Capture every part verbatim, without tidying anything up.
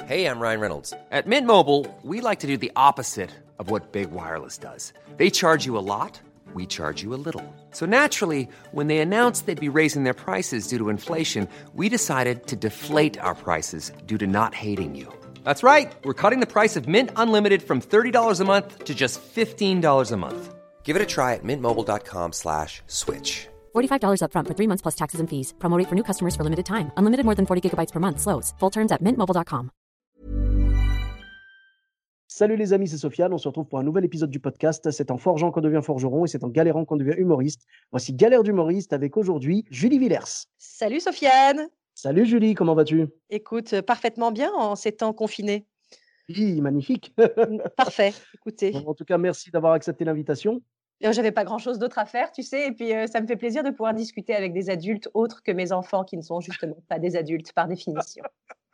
Hey, I'm Ryan Reynolds. At Mint Mobile, we like to do the opposite of what Big Wireless does. They charge you a lot, we charge you a little. So naturally, when they announced they'd be raising their prices due to inflation, we decided to deflate our prices due to not hating you. That's right. We're cutting the price of Mint Unlimited from thirty dollars a month to just fifteen dollars a month. Give it a try at mintmobile.com slash switch. forty-five dollars up front for three months plus taxes and fees. Promo rate for new customers for limited time. Unlimited more than forty gigabytes per month. Slows full terms at mint mobile dot com. Salut les amis, c'est Sofiane. On se retrouve pour un nouvel épisode du podcast. C'est en forgeant qu'on devient forgeron et c'est en galérant qu'on devient humoriste. Voici Galère d'humoriste avec aujourd'hui Julie Villers. Salut Sofiane. Salut Julie, comment vas-tu? Écoute, parfaitement bien en ces temps confinés. Oui, magnifique. Parfait, écoutez. Bon, en tout cas, merci d'avoir accepté l'invitation. J'avais pas grand-chose d'autre à faire, tu sais, et puis euh, ça me fait plaisir de pouvoir discuter avec des adultes autres que mes enfants qui ne sont justement pas des adultes par définition.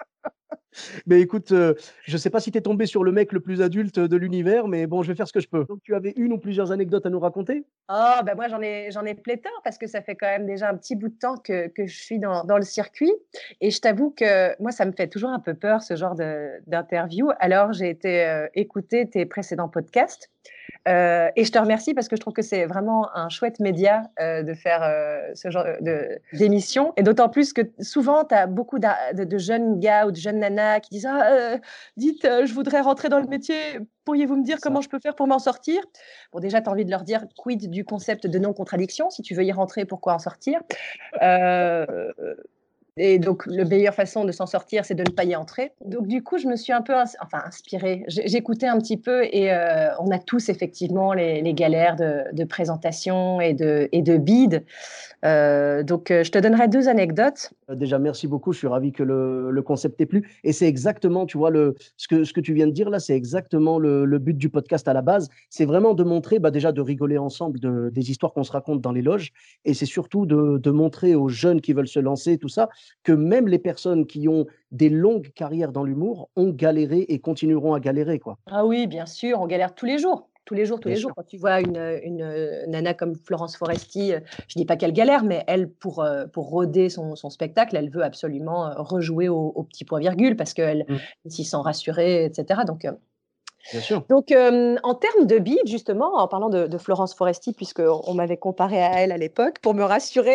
Mais écoute, euh, je ne sais pas si tu es tombé sur le mec le plus adulte de l'univers, mais bon, je vais faire ce que je peux. Donc, tu avais une ou plusieurs anecdotes à nous raconter? Oh, ben moi, j'en ai, j'en ai pléthore parce que ça fait quand même déjà un petit bout de temps que, que je suis dans, dans le circuit. Et je t'avoue que moi, ça me fait toujours un peu peur, ce genre de, d'interview. Alors, j'ai été euh, écouter tes précédents podcasts. Euh, et je te remercie parce que je trouve que c'est vraiment un chouette média euh, de faire euh, ce genre de, d'émission. Et d'autant plus que souvent, tu as beaucoup de, de, de jeunes gars ou de jeunes nanas qui disent ah, euh, dites, euh, je voudrais rentrer dans le métier. Pourriez-vous me dire Ça. comment je peux faire pour m'en sortir? Bon, déjà, tu as envie de leur dire quid du concept de non-contradiction. Si tu veux y rentrer, pourquoi en sortir? euh, Et donc, la meilleure façon de s'en sortir, c'est de ne pas y entrer. Donc, du coup, je me suis un peu ins- enfin, inspirée. J'ai- J'écoutais un petit peu et euh, on a tous effectivement les, les galères de, de présentation et de, et de bid. Euh, donc, euh, je te donnerai deux anecdotes. Euh, Déjà, merci beaucoup. Je suis ravi que le, le concept ait plu. Et c'est exactement, tu vois, le, ce que, ce que tu viens de dire là, c'est exactement le, le but du podcast à la base. C'est vraiment de montrer, bah, déjà, de rigoler ensemble de, des histoires qu'on se raconte dans les loges. Et c'est surtout de, de montrer aux jeunes qui veulent se lancer, tout ça, que même les personnes qui ont des longues carrières dans l'humour ont galéré et continueront à galérer, quoi. Ah oui, bien sûr, on galère tous les jours. Tous les jours, tous Bien les sûr. jours. Quand tu vois une, une euh, nana comme Florence Foresti, euh, je dis pas qu'elle galère, mais elle, pour, euh, pour roder son, son spectacle, elle veut absolument euh, rejouer au, au petit point virgule parce qu'elle Mm. s'y sent rassurée, et cetera. Donc, euh, Bien sûr. donc euh, en termes de bide, justement, en parlant de, de Florence Foresti, puisqu'on on m'avait comparé à elle à l'époque, pour me rassurer,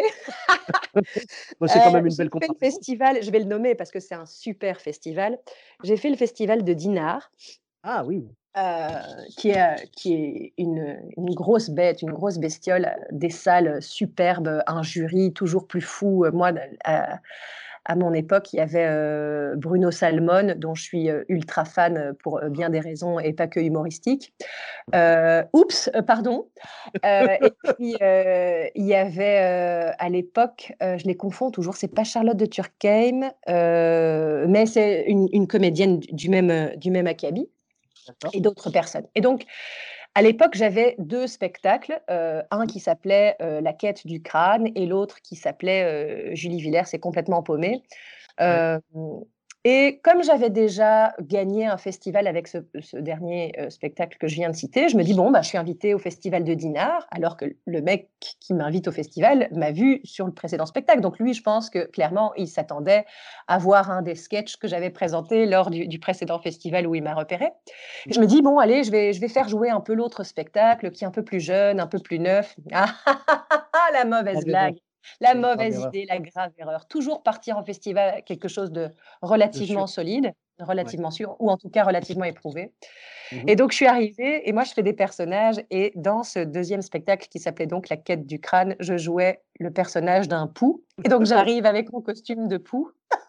Moi, c'est quand euh, même une j'ai belle fait le comparaison. festival, je vais le nommer parce que c'est un super festival. J'ai fait le festival de Dinard. Ah oui. euh, qui est, euh, qui est une, une grosse bête, une grosse bestiole, euh, des salles superbes, un jury toujours plus fou. Euh, Moi, à, à mon époque, il y avait euh, Bruno Salmon, dont je suis euh, ultra fan euh, pour euh, bien des raisons et pas que humoristiques. Euh, oups, euh, pardon. Euh, et puis, euh, il y avait euh, à l'époque, euh, je les confonds toujours, c'est pas Charlotte de Turckheim, euh, mais c'est une, une comédienne du même, euh, du même acabit D'accord. et d'autres personnes. Et donc, à l'époque, j'avais deux spectacles, euh, un qui s'appelait euh, La quête du crâne et l'autre qui s'appelait euh, Julie Villers, c'est complètement paumé. Ouais. Euh, et comme j'avais déjà gagné un festival avec ce, ce dernier euh, spectacle que je viens de citer, je me dis, bon, bah, je suis invitée au festival de Dinard, alors que le mec qui m'invite au festival m'a vu sur le précédent spectacle. Donc lui, je pense que clairement, il s'attendait à voir un des sketchs que j'avais présenté lors du, du précédent festival où il m'a repéré. Et je me dis, bon, allez, je vais, je vais faire jouer un peu l'autre spectacle qui est un peu plus jeune, un peu plus neuf. Ah, ah, ah, ah, ah, la mauvaise Grave erreur. blague. La Ouais, grave mauvaise erreur. idée, la grave erreur. Toujours partir en festival avec quelque chose de De sûr. relativement solide, Ouais. relativement sûr, ou en tout cas relativement éprouvé. Mhm. Et donc, je suis arrivée et moi, je fais des personnages. Et dans ce deuxième spectacle qui s'appelait donc La quête du crâne, je jouais le personnage d'un pou. Et donc, j'arrive avec mon costume de pou.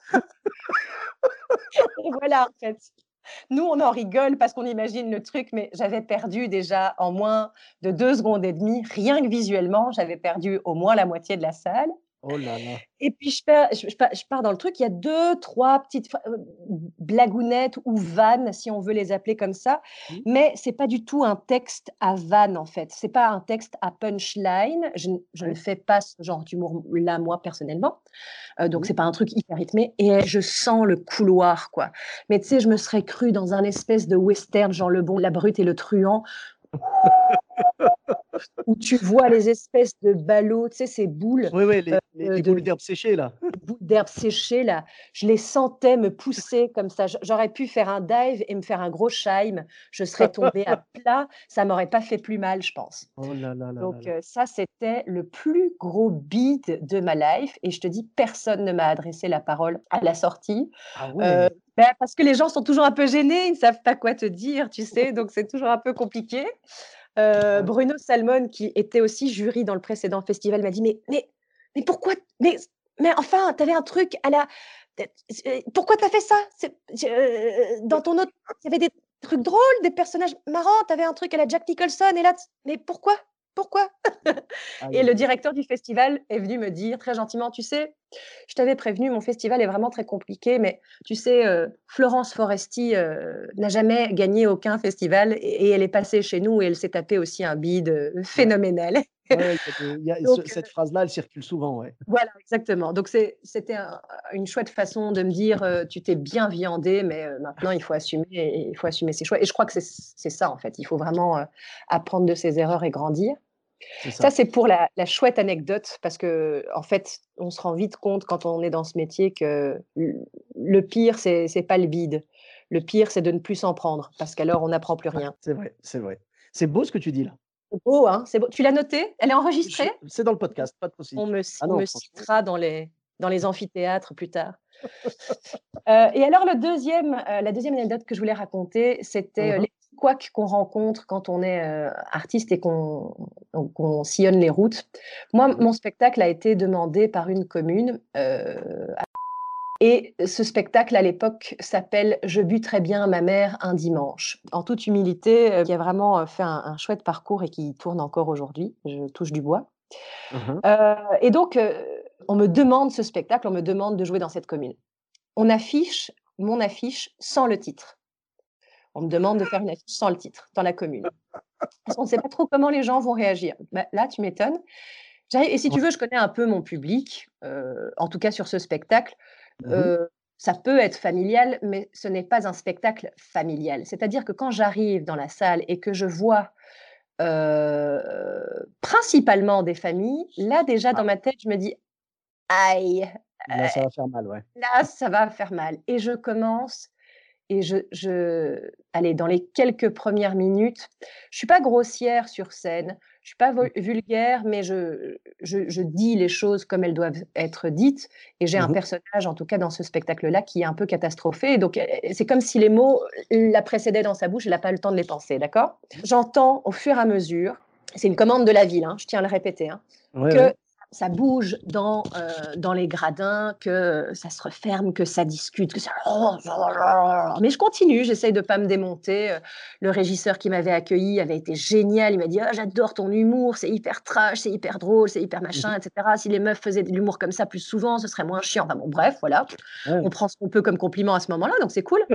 Et voilà, en fait. Nous, on en rigole parce qu'on imagine le truc, mais j'avais perdu déjà en moins de deux secondes et demie, rien que visuellement, j'avais perdu au moins la moitié de la salle. Oh là là. Et puis je pars, je, je pars, je pars dans le truc, il y a deux, trois petites fra- euh, blagounettes ou vannes, si on veut les appeler comme ça, Mhm. mais c'est pas du tout un texte à vanne en fait. C'est pas un texte à punchline. Je, n- je ne Ouais. fais pas ce genre d'humour-là moi personnellement, Euh, donc Mhm. c'est pas un truc hyper rythmé. Et je sens le couloir quoi. Mais tu sais, je me serais crue dans un espèce de western, genre Le Bon, la Brute et le Truand, où tu vois les espèces de ballots, tu sais, ces boules Oui, oui, les, les, euh, les de boules d'herbe séchée, là. bouts d'herbe séchées, là, je les sentais me pousser comme ça. J- J'aurais pu faire un dive et me faire un gros shime. Je serais tombée à plat. Ça m'aurait pas fait plus mal, je pense. Oh là là là là Donc, là. euh, ça, c'était le plus gros bide de ma life. Et je te dis, personne ne m'a adressé la parole à la sortie. Ah Euh, ouais. ben, parce que les gens sont toujours un peu gênés, ils ne savent pas quoi te dire, tu sais, donc c'est toujours un peu compliqué. Euh, Ouais. Bruno Salmon, qui était aussi jury dans le précédent festival, m'a dit, mais, mais, mais pourquoi, mais, mais enfin, tu avais un truc à la... euh, Pourquoi tu as fait ça? C'est- euh, Dans ton autre... Il y avait des trucs drôles, des personnages marrants, tu avais un truc à la Jack Nicholson, et là, t- mais pourquoi? Pourquoi? Aïe, Et le aïe, aïe. directeur du festival est venu me dire très gentiment, tu sais, je t'avais prévenu, mon festival est vraiment très compliqué, mais tu sais, euh, Florence Foresti euh, n'a jamais gagné aucun festival et, et elle est passée chez nous et elle s'est tapée aussi un bide euh, Ouais. phénoménal. Ouais, ouais, il y a des- il y a- Donc ce- euh, cette phrase-là, elle circule souvent, ouais. voilà, exactement. Donc c'est- c'était un- une chouette façon de me dire, euh, tu t'es bien viandé, mais euh, maintenant il faut assumer, et il faut assumer ses choix. Et je crois que c'est c'est ça en fait. Il faut vraiment euh, apprendre de ses erreurs et grandir. C'est Ça, ça. c'est pour la, la chouette anecdote, parce que en fait, on se rend vite compte quand on est dans ce métier que le le pire, c'est c'est pas le bide. Le pire, c'est de ne plus s'en prendre, parce qu'alors on n'apprend plus rien. C'est vrai, c'est vrai. C'est beau ce que tu dis là. C'est beau, hein? C'est beau. Tu l'as noté? Elle est Je- enregistrée? C'est dans le podcast, pas de souci. On me, Ah on non, me franchement. citera dans les, dans les amphithéâtres plus tard. Euh, et alors, le deuxième, euh, la deuxième anecdote que je voulais raconter, c'était euh, Mhm, les petits couacs qu'on rencontre quand on est euh, artiste et qu'on qu'on sillonne les routes. Moi, mhm, mon spectacle a été demandé par une commune. euh, et ce spectacle, à l'époque, s'appelle Je bus très bien ma mère un dimanche. En toute humilité, euh, qui a vraiment euh, fait un, un chouette parcours et qui tourne encore aujourd'hui. Je touche du bois. mhm. Euh, et donc, euh, on me demande ce spectacle, on me demande de jouer dans cette commune. On affiche mon affiche sans le titre. On me demande de faire une affiche sans le titre dans la commune. Parce qu'on ne sait pas trop comment les gens vont réagir. Bah, là, tu m'étonnes. J'arrive- Et si tu veux, je connais un peu mon public, euh, en tout cas sur ce spectacle. Mhm. Euh, ça peut être familial, mais ce n'est pas un spectacle familial. C'est-à-dire que quand j'arrive dans la salle et que je vois euh, principalement des familles, là déjà dans Ah, ma tête, je me dis, aïe, là, ça va faire mal, ouais. là, ça va faire mal. Et je commence. Et je, je, allez, dans les quelques premières minutes, je suis pas grossière sur scène, je suis pas vo- vulgaire, mais je, je, je dis les choses comme elles doivent être dites. Et j'ai un Mhm. personnage, en tout cas dans ce spectacle-là, qui est un peu catastrophé. Et donc, euh, c'est comme si les mots la précédaient dans sa bouche, elle n'a pas le temps de les penser, d'accord? J'entends au fur et à mesure, c'est une commande de la ville, hein, je tiens à le répéter, hein, Ouais, que ouais. ça bouge dans, euh, dans les gradins, que ça se referme, que ça discute, que ça... Mais je continue, j'essaye de ne pas me démonter. Euh, Le régisseur qui m'avait accueilli avait été génial. Il m'a dit ah, j'adore ton humour, c'est hyper trash, c'est hyper drôle, c'est hyper Mhm. machin, et cetera. Si les meufs faisaient de l'humour comme ça plus souvent, ce serait moins chiant. Enfin bon, bref, voilà. On Ouais. prend ce qu'on peut comme compliment à ce moment-là, donc c'est cool.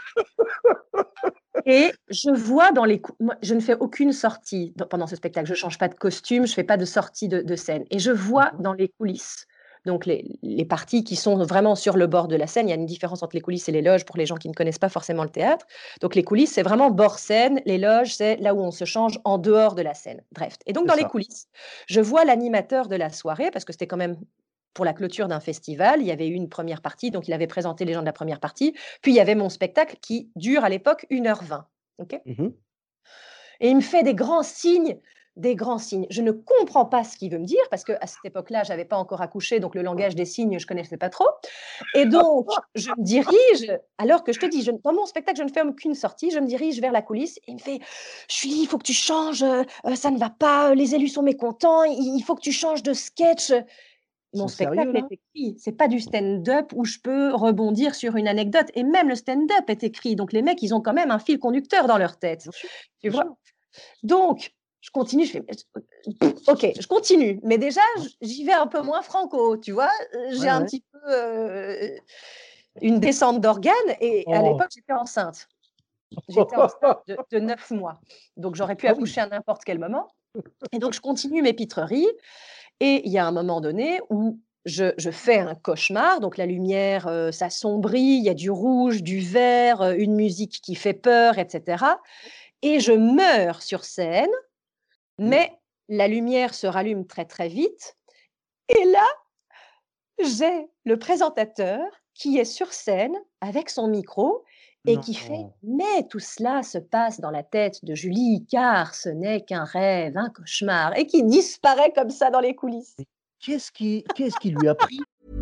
Et je vois dans les... cou- Moi, je ne fais aucune sortie dans- pendant ce spectacle. Je ne change pas de costume, je ne fais pas de sortie de, de scène. Et je vois Mhm. dans les coulisses, donc les, les parties qui sont vraiment sur le bord de la scène, il y a une différence entre les coulisses et les loges pour les gens qui ne connaissent pas forcément le théâtre. Donc les coulisses, c'est vraiment bord scène. Les loges, c'est là où on se change en dehors de la scène. Bref. Et donc C'est dans les ça. coulisses, je vois l'animateur de la soirée, parce que c'était quand même pour la clôture d'un festival. Il y avait eu une première partie, donc il avait présenté les gens de la première partie. Puis il y avait mon spectacle qui dure à l'époque une heure vingt. OK. Mhm. Et il me fait des grands signes, des grands signes. Je ne comprends pas ce qu'il veut me dire parce qu'à cette époque-là, je n'avais pas encore accouché, donc le langage des signes, je ne connaissais pas trop. Et donc, je me dirige, alors que je te dis, je, dans mon spectacle, je ne fais aucune sortie, je me dirige vers la coulisse et il me fait Julie, il faut que tu changes, euh, ça ne va pas, les élus sont mécontents, il, il faut que tu changes de sketch. Ils Mon sont sérieux spectacle est là? écrit. C'est pas du stand-up où je peux rebondir sur une anecdote. Et même le stand-up est écrit. Donc les mecs, ils ont quand même un fil conducteur dans leur tête. Bien sûr, Tu bien sûr. vois? Donc, je continue, je fais, ok, je continue, mais déjà, Ouais, j'y vais un peu moins franco, tu vois, j'ai ouais, un ouais. petit peu euh, une descente d'organes, et à Oh. l'époque, j'étais enceinte. J'étais enceinte de, de neuf mois, donc j'aurais pu Ah oui. accoucher à n'importe quel moment. Et donc, je continue mes pitreries, et il y a un moment donné où je, je fais un cauchemar, donc la lumière euh, s'assombrit, il y a du rouge, du vert, euh, une musique qui fait peur, et cetera. Et je meurs sur scène, Mhm. mais la lumière se rallume très très vite. Et là, j'ai le présentateur qui est sur scène avec son micro et qui fait: Non. «Mais tout cela se passe dans la tête de Julie, car ce n'est qu'un rêve, un cauchemar» et qui disparaît comme ça dans les coulisses. Qu'est-ce qui qu'est-ce qui lui a pris?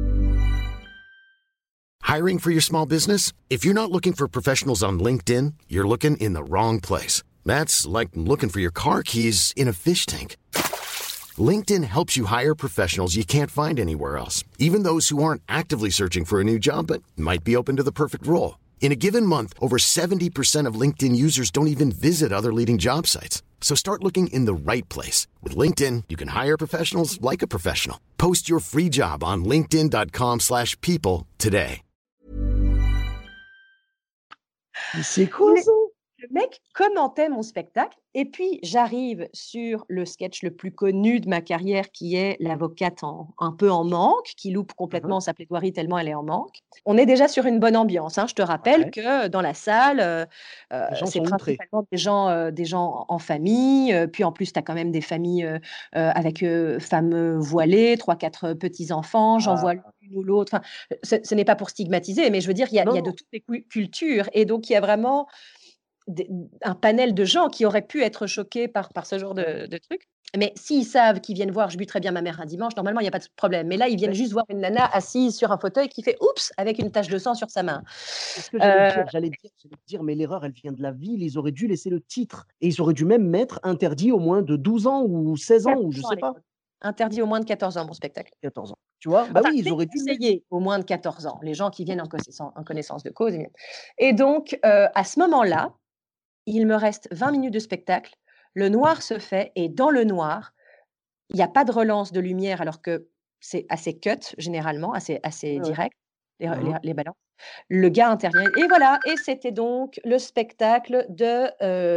Hiring for your small business? If you're not looking for professionals on LinkedIn, you're looking in the wrong place. That's like looking for your car keys in a fish tank. LinkedIn helps you hire professionals you can't find anywhere else, even those who aren't actively searching for a new job but might be open to the perfect role. In a given month, over seventy percent of LinkedIn users don't even visit other leading job sites. So start looking in the right place. With LinkedIn, you can hire professionals like a professional. Post your free job on linkedin.com slash people today. Mais c'est quoi Mais ça? le mec commentait mon spectacle et puis j'arrive sur le sketch le plus connu de ma carrière qui est l'avocate en un peu en manque, qui loupe Mmh. complètement sa plaidoirie tellement elle est en manque. On est déjà sur une bonne ambiance, hein. Je te rappelle Ouais. que dans la salle, heu heu, Les gens c'est sont outrés. principalement des gens, heu, des gens en famille, heu, puis en plus tu as quand même des familles, heu heu, avec, heu, femmes, heu, voilées, trois quatre petits-enfants, j'en vois Ah. l'une ou l'autre, enfin, ce ce n'est pas pour stigmatiser, mais je veux dire, il y a il y a de Non. toutes les cul cultures et donc il y a vraiment des un panel de gens qui auraient pu être choqués par par ce genre de de truc. Mais s'ils savent qu'ils viennent voir «Je buterai bien ma mère un dimanche», normalement, il y a pas de problème. Mais là, ils viennent Mais juste voir une nana assise sur un fauteuil qui fait «Oups!» avec une tache de sang sur sa main. c'est ce que j'allais te Heu, dire. J'allais te dire j'allais te dire, mais l'erreur, elle vient de la ville. Ils auraient dû laisser le titre et ils auraient dû même mettre interdit aux moins de douze ans ou seize ans ou je quatorze ans à sais pas, l'époque. Interdit aux moins de quatorze ans, mon spectacle. quatorze ans. Tu vois? Bah Enfin, oui, ils auraient dû le mettre. déconseillé aux moins de quatorze ans, les gens qui viennent en connaissan en connaissance de cause, évidemment. Et donc, heu, à ce moment-là, il me reste vingt minutes de spectacle, le noir se fait et dans le noir, il y a pas de relance de lumière alors que c'est assez cut généralement, assez assez Ouais, ouais. direct, les re Mmh les mh. les balances. Le gars intervient et voilà et c'était donc le spectacle de,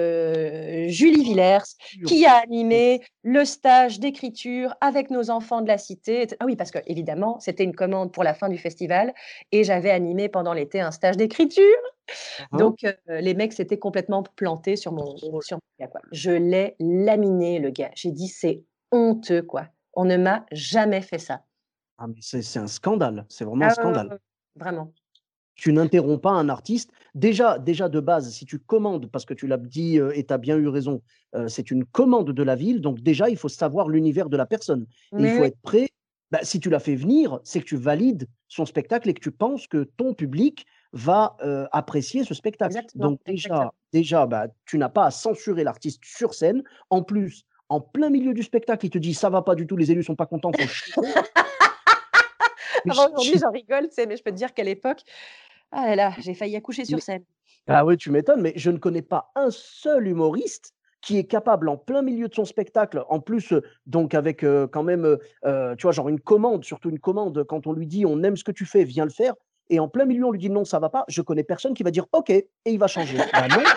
heu, Julie Villers Dur. qui a Mmh. animé le stage d'écriture avec nos enfants de la cité et t ah oui, parce qu'évidemment, c'était une commande pour la fin du festival et j'avais animé pendant l'été un stage d'écriture. Mmh mh. Donc, heu, les mecs s'étaient complètement plantés sur mon Oh sur mon gars, quoi. Je l'ai laminé le gars. J'ai dit: «C'est honteux, quoi. On ne m'a jamais fait ça». ah mais c'est c'est un scandale, c'est vraiment un Ah ouais, ouais, scandale. ouais, vraiment. Tu n'interromps pas un artiste. Déjà déjà de base, si tu commandes, parce que tu l'as dit, heu, et tu as bien eu raison, heu, c'est une commande de la ville, donc déjà il faut savoir l'univers de la personne et il Mais faut oui, être prêt. Bah, si tu l'as fait venir, c'est que tu valides son spectacle et que tu penses que ton public va, heu, apprécier ce spectacle. exactement, Donc exactement. déjà déjà, bah, tu n'as pas à censurer l'artiste sur scène. En plus, en plein milieu du spectacle, il te dit: «Ça va pas du tout, les élus sont pas contents, faut chanter». Mais Ah bah, je aujourd'hui, j'en rigole, tu sais, mais je peux te dire qu'à l'époque, ah là là, j'ai failli accoucher sur mais scène. ah oui, tu m'étonnes, mais je ne connais pas un seul humoriste qui est capable, en plein milieu de son spectacle, en plus, heu, donc avec, heu, quand même, heu heu, tu vois, genre une commande, surtout une commande, quand on lui dit: «On aime ce que tu fais, viens le faire» et en plein milieu, on lui dit: «Non, ça va pas», je connais personne qui va dire: «OK» et il va changer. Bah non,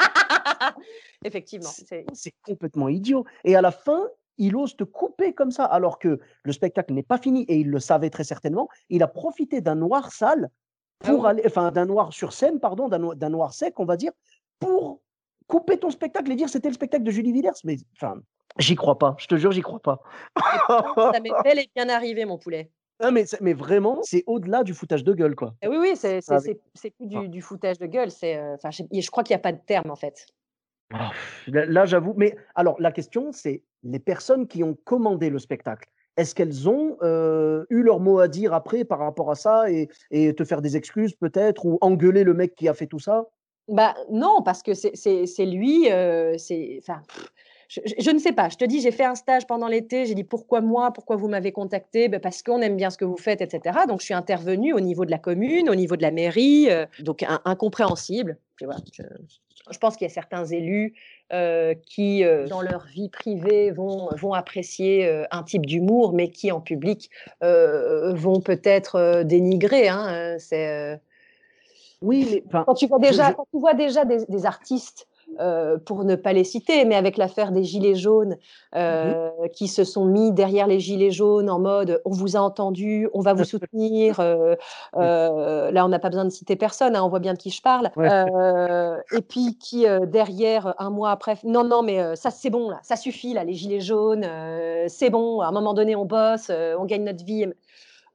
Effectivement, c'est c'est c'est complètement idiot et à la fin, il ose te couper comme ça, alors que le spectacle n'est pas fini et il le savait très certainement. Il a profité d'un noir sale ah pour oui, aller enfin, d'un noir sur scène, pardon, d'un noi d'un noir sec, on va dire, pour couper ton spectacle et dire: «C'était le spectacle de Julie Villers». Mais enfin, j'y crois pas, je te jure, j'y crois pas. et pourtant, ça m'est bel et bien arrivé, mon poulet. Non, mais c'est mais vraiment, c'est au-delà du foutage de gueule, quoi. Et oui, oui, c'est Ça c'est avait c'est c'est plus enfin, du du foutage de gueule, c'est, heu, enfin, je sais je crois qu'il y a pas de terme, en fait. ah, là là, j'avoue mais alors la question, c'est les personnes qui ont commandé le spectacle, est-ce qu'elles ont, heu, eu leur mot à dire après par rapport à ça et et te faire des excuses peut-être ou engueuler le mec qui a fait tout ça? Bah, non, parce que c'est c'est c'est lui, heu, c'est enfin, pff, je je je ne sais pas. Je te dis, j'ai fait un stage pendant l'été, j'ai dit: «Pourquoi moi? Pourquoi vous m'avez contacté?» «Beh, parce qu'on aime bien ce que vous faites» et cetera. Donc je suis intervenue au niveau de la commune, au niveau de la mairie, heu, donc in incompréhensible. Puis voilà, je je pense qu'il y a certains élus, heu, qui, heu, dans leur vie privée vont vont apprécier, heu, un type d'humour, mais qui en public, heu, vont peut-être, heu, dénigrer, hein, heu, c'est, heu Oui, mais enfin, quand tu vois je déjà je quand tu vois déjà des des artistes, heu, pour ne pas les citer, mais avec l'affaire des gilets jaunes, mmh heu, qui se sont mis derrière les gilets jaunes en mode: «On vous a entendu, on va vous soutenir», heu oui, heu, là, on n'a pas besoin de citer personne, hein, on voit bien de qui je parle, ouais. heu et puis qui, heu, derrière, un mois après: «Non, non, mais heu, ça c'est bon là, ça suffit là, les gilets jaunes, heu, c'est bon, à un moment donné on bosse, heu, on gagne notre vie».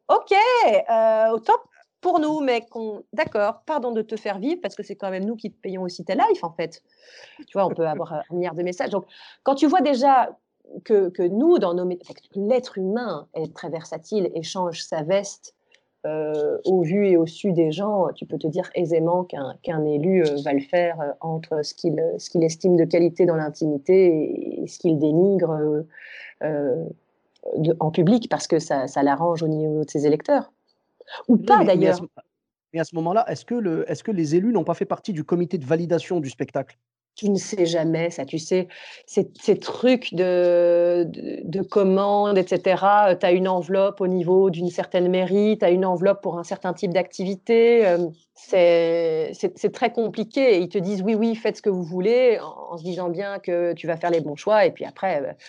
ok, euh, autant pour nous, mais qu'on... d'accord, pardon de te faire vivre, parce que c'est quand même nous qui te payons aussi ta life, en fait. Tu vois, on peut avoir un milliard de messages. Donc, quand tu vois déjà que, que nous, dans nos métiers, l'être humain est très versatile et change sa veste euh, au vu et au su des gens, tu peux te dire aisément qu'un, qu'un élu euh, va le faire euh, entre ce qu'il, ce qu'il estime de qualité dans l'intimité et, et ce qu'il dénigre euh, euh, de, en public, parce que ça, ça l'arrange au niveau de ses électeurs. Ou Oui, pas, mais, mais à d'ailleurs. ce, mais à ce moment-là, est-ce que, le, est-ce que les élus n'ont pas fait partie du comité de validation du spectacle? Tu ne sais jamais ça, tu sais, ces, ces trucs de, de, de commandes, et cetera. Tu as une enveloppe au niveau d'une certaine mairie, tu as une enveloppe pour un certain type d'activité. Euh, c'est, c'est, c'est très compliqué. Et ils te disent oui, oui, faites ce que vous voulez, en, en se disant bien que tu vas faire les bons choix. Et puis après, euh,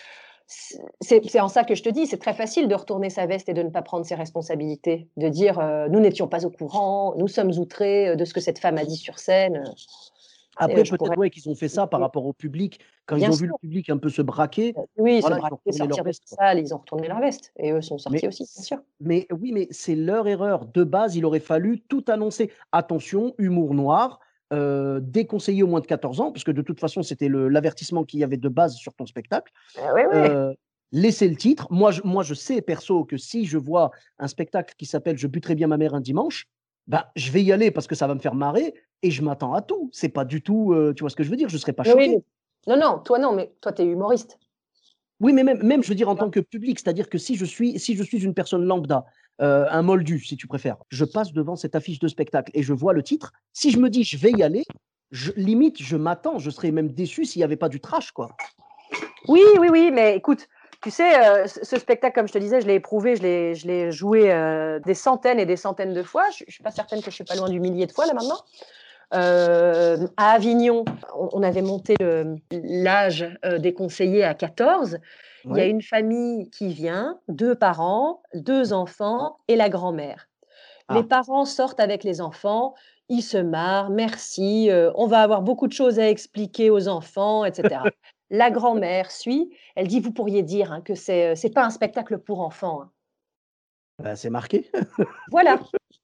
c'est, c'est en ça que je te dis, c'est très facile de retourner sa veste et de ne pas prendre ses responsabilités, de dire euh, nous n'étions pas au courant, nous sommes outrés de ce que cette femme a dit sur scène. Après, Je peut-être pourrais... ouais, qu'ils ont fait ça par rapport au public. Quand Bien ils ont sûr. vu le public un peu se braquer, Oui, voilà, se ils ont braquer, retourné leur sortir de veste, la quoi. salle, ils ont retourné leur veste. Et eux sont sortis Mais, aussi, bien sûr. mais oui, mais c'est leur erreur. De base, il aurait fallu tout annoncer. Attention, humour noir, euh, déconseillé aux moins de quatorze ans, parce que de toute façon, c'était le, l'avertissement qu'il y avait de base sur ton spectacle. Ah, oui, oui. Euh, laisser le titre. Moi je, moi, je sais, perso, que si je vois un spectacle qui s'appelle Je buterai bien ma mère un dimanche, ben, je vais y aller parce que ça va me faire marrer et je m'attends à tout. C'est pas du tout, euh, tu vois ce que je veux dire? Je serais pas Oui, oui, choqué. mais- Non, non, toi non, mais toi, tu es humoriste. Oui, mais même, même, je veux dire, en tant que public, c'est-à-dire que si je suis, si je suis une personne lambda, euh, un moldu, si tu préfères, je passe devant cette affiche de spectacle et je vois le titre. Si je me dis je vais y aller, je, limite, je m'attends. Je serais même déçu s'il n'y avait pas du trash, quoi. Oui, oui, oui, mais écoute, tu sais, euh, ce ce spectacle, comme je te disais, je l'ai éprouvé, je l'ai, je l'ai joué euh, des centaines et des centaines de fois. Je ne suis pas certaine que je suis pas loin du millier de fois là maintenant. Euh, à Avignon, on, on avait monté le- l'âge euh, des conseillers à quatorze. Il y a Ouais. une famille qui vient, deux parents, deux enfants et la grand-mère. Les Ah. parents sortent avec les enfants, ils se marrent, merci, euh, on va avoir beaucoup de choses à expliquer aux enfants, et cetera. La grand-mère suit, elle dit, vous pourriez dire hein, que c'est, c'est pas un spectacle pour enfants. Hein. Ben, c'est marqué. Voilà.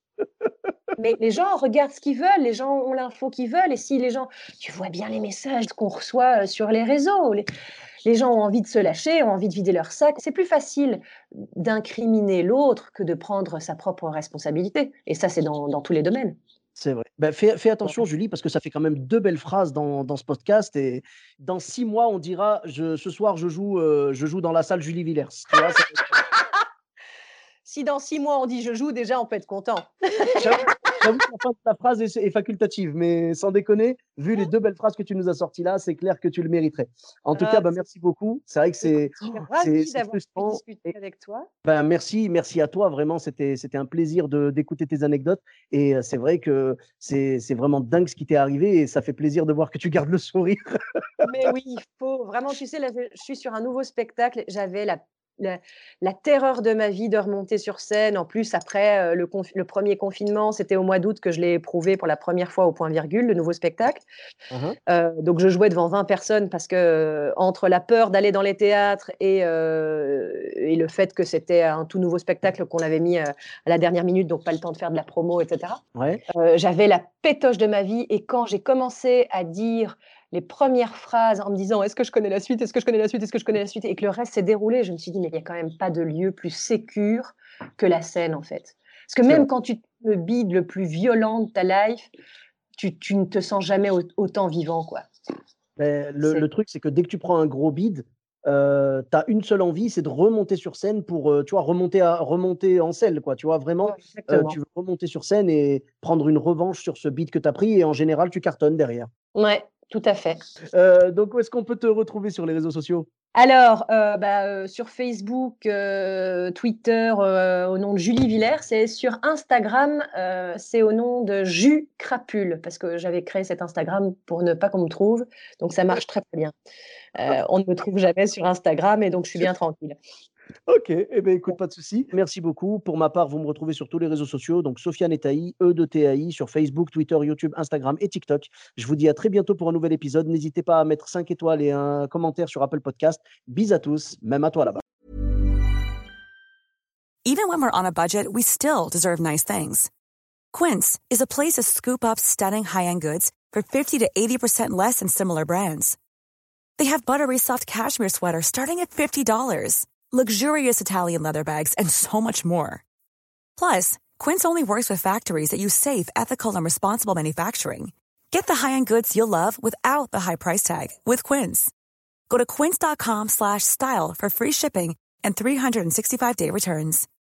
Mais les gens regardent ce qu'ils veulent, les gens ont l'info qu'ils veulent, et si les gens, tu vois bien les messages qu'on reçoit euh, sur les réseaux, les, les gens ont envie de se lâcher, ont envie de vider leur sac. C'est plus facile d'incriminer l'autre que de prendre sa propre responsabilité. Et ça, c'est dans, dans tous les domaines. C'est vrai. Ben, fais, fais attention, Julie, parce que ça fait quand même deux belles phrases dans, dans ce podcast. Et dans six mois, on dira je, ce soir, je joue, euh, je joue dans la salle Julie Villers. Tu vois, ça... Si dans six mois on dit je joue, déjà on peut être content. J'avoue, j'avoue que la fin de ta phrase est, est facultative, mais sans déconner, vu les deux belles phrases que tu nous as sorties là, c'est clair que tu le mériterais. En tout Ah, cas, ben, merci beaucoup. C'est vrai que c'est, je suis c'est, ravie c'est d'avoir pu frustrant. discuter avec toi. Ben, merci, merci à toi. Vraiment, c'était, c'était un plaisir de, d'écouter tes anecdotes. Et euh, c'est vrai que c'est, c'est vraiment dingue ce qui t'est arrivé et ça fait plaisir de voir que tu gardes le sourire. Mais oui, il faut vraiment, tu sais, là, je je suis sur un nouveau spectacle. J'avais la, la, la terreur de ma vie de remonter sur scène. En plus, après euh, le, conf- le premier confinement, c'était au mois d'août que je l'ai éprouvé pour la première fois au point virgule, le nouveau spectacle. Uh-huh. Euh, donc, je jouais devant vingt personnes parce que euh, entre la peur d'aller dans les théâtres et, euh, et le fait que c'était un tout nouveau spectacle qu'on avait mis euh, à la dernière minute, donc pas le temps de faire de la promo, et cetera. Ouais. Euh, j'avais la pétoche de ma vie et quand j'ai commencé à dire les premières phrases en me disant est-ce que je connais la suite, est-ce que je connais la suite, est-ce que je connais la suite et que le reste s'est déroulé, je me suis dit mais il n'y a quand même pas de lieu plus sécure que la scène en fait. Parce que C'est même vrai. quand tu te le bide le plus violent de ta life, tu, tu ne te sens jamais au- autant vivant quoi. Ben, le, C'est- le truc, c'est que dès que tu prends un gros bide, euh, tu as une seule envie, c'est de remonter sur scène pour, euh, tu vois, remonter, à, remonter en selle, quoi. Tu vois, vraiment, Ouais, euh, exactement. tu veux remonter sur scène et prendre une revanche sur ce bide que tu as pris et en général, tu cartonnes derrière. Ouais, tout à fait. Euh, donc, où est-ce qu'on peut te retrouver sur les réseaux sociaux? Alors, euh, bah, euh, sur Facebook, euh, Twitter, euh, au nom de Julie Villers, et sur Instagram, euh, c'est au nom de Jus Crapule, parce que j'avais créé cet Instagram pour ne pas qu'on me trouve, donc ça marche très très bien. Euh, on ne me trouve jamais sur Instagram, et donc je suis bien tranquille. Ok, eh ben, écoute, pas de souci. Merci beaucoup. Pour ma part, vous me retrouvez sur tous les réseaux sociaux, donc Sofiane Etaï, E de T A I, sur Facebook, Twitter, YouTube, Instagram et TikTok. Je vous dis à très bientôt pour un nouvel épisode. N'hésitez pas à mettre cinq étoiles et un commentaire sur Apple Podcast. Bis à tous, même à toi là-bas. Even when we're on a budget, we still deserve nice things. Quince is a place to scoop up stunning high-end goods for fifty to eighty percent less than similar brands. They have buttery soft cashmere sweaters starting at fifty dollars, luxurious Italian leather bags, and so much more. Plus, Quince only works with factories that use safe, ethical, and responsible manufacturing. Get the high-end goods you'll love without the high price tag with Quince. Go to quince.com slash style for free shipping and three sixty-five day returns.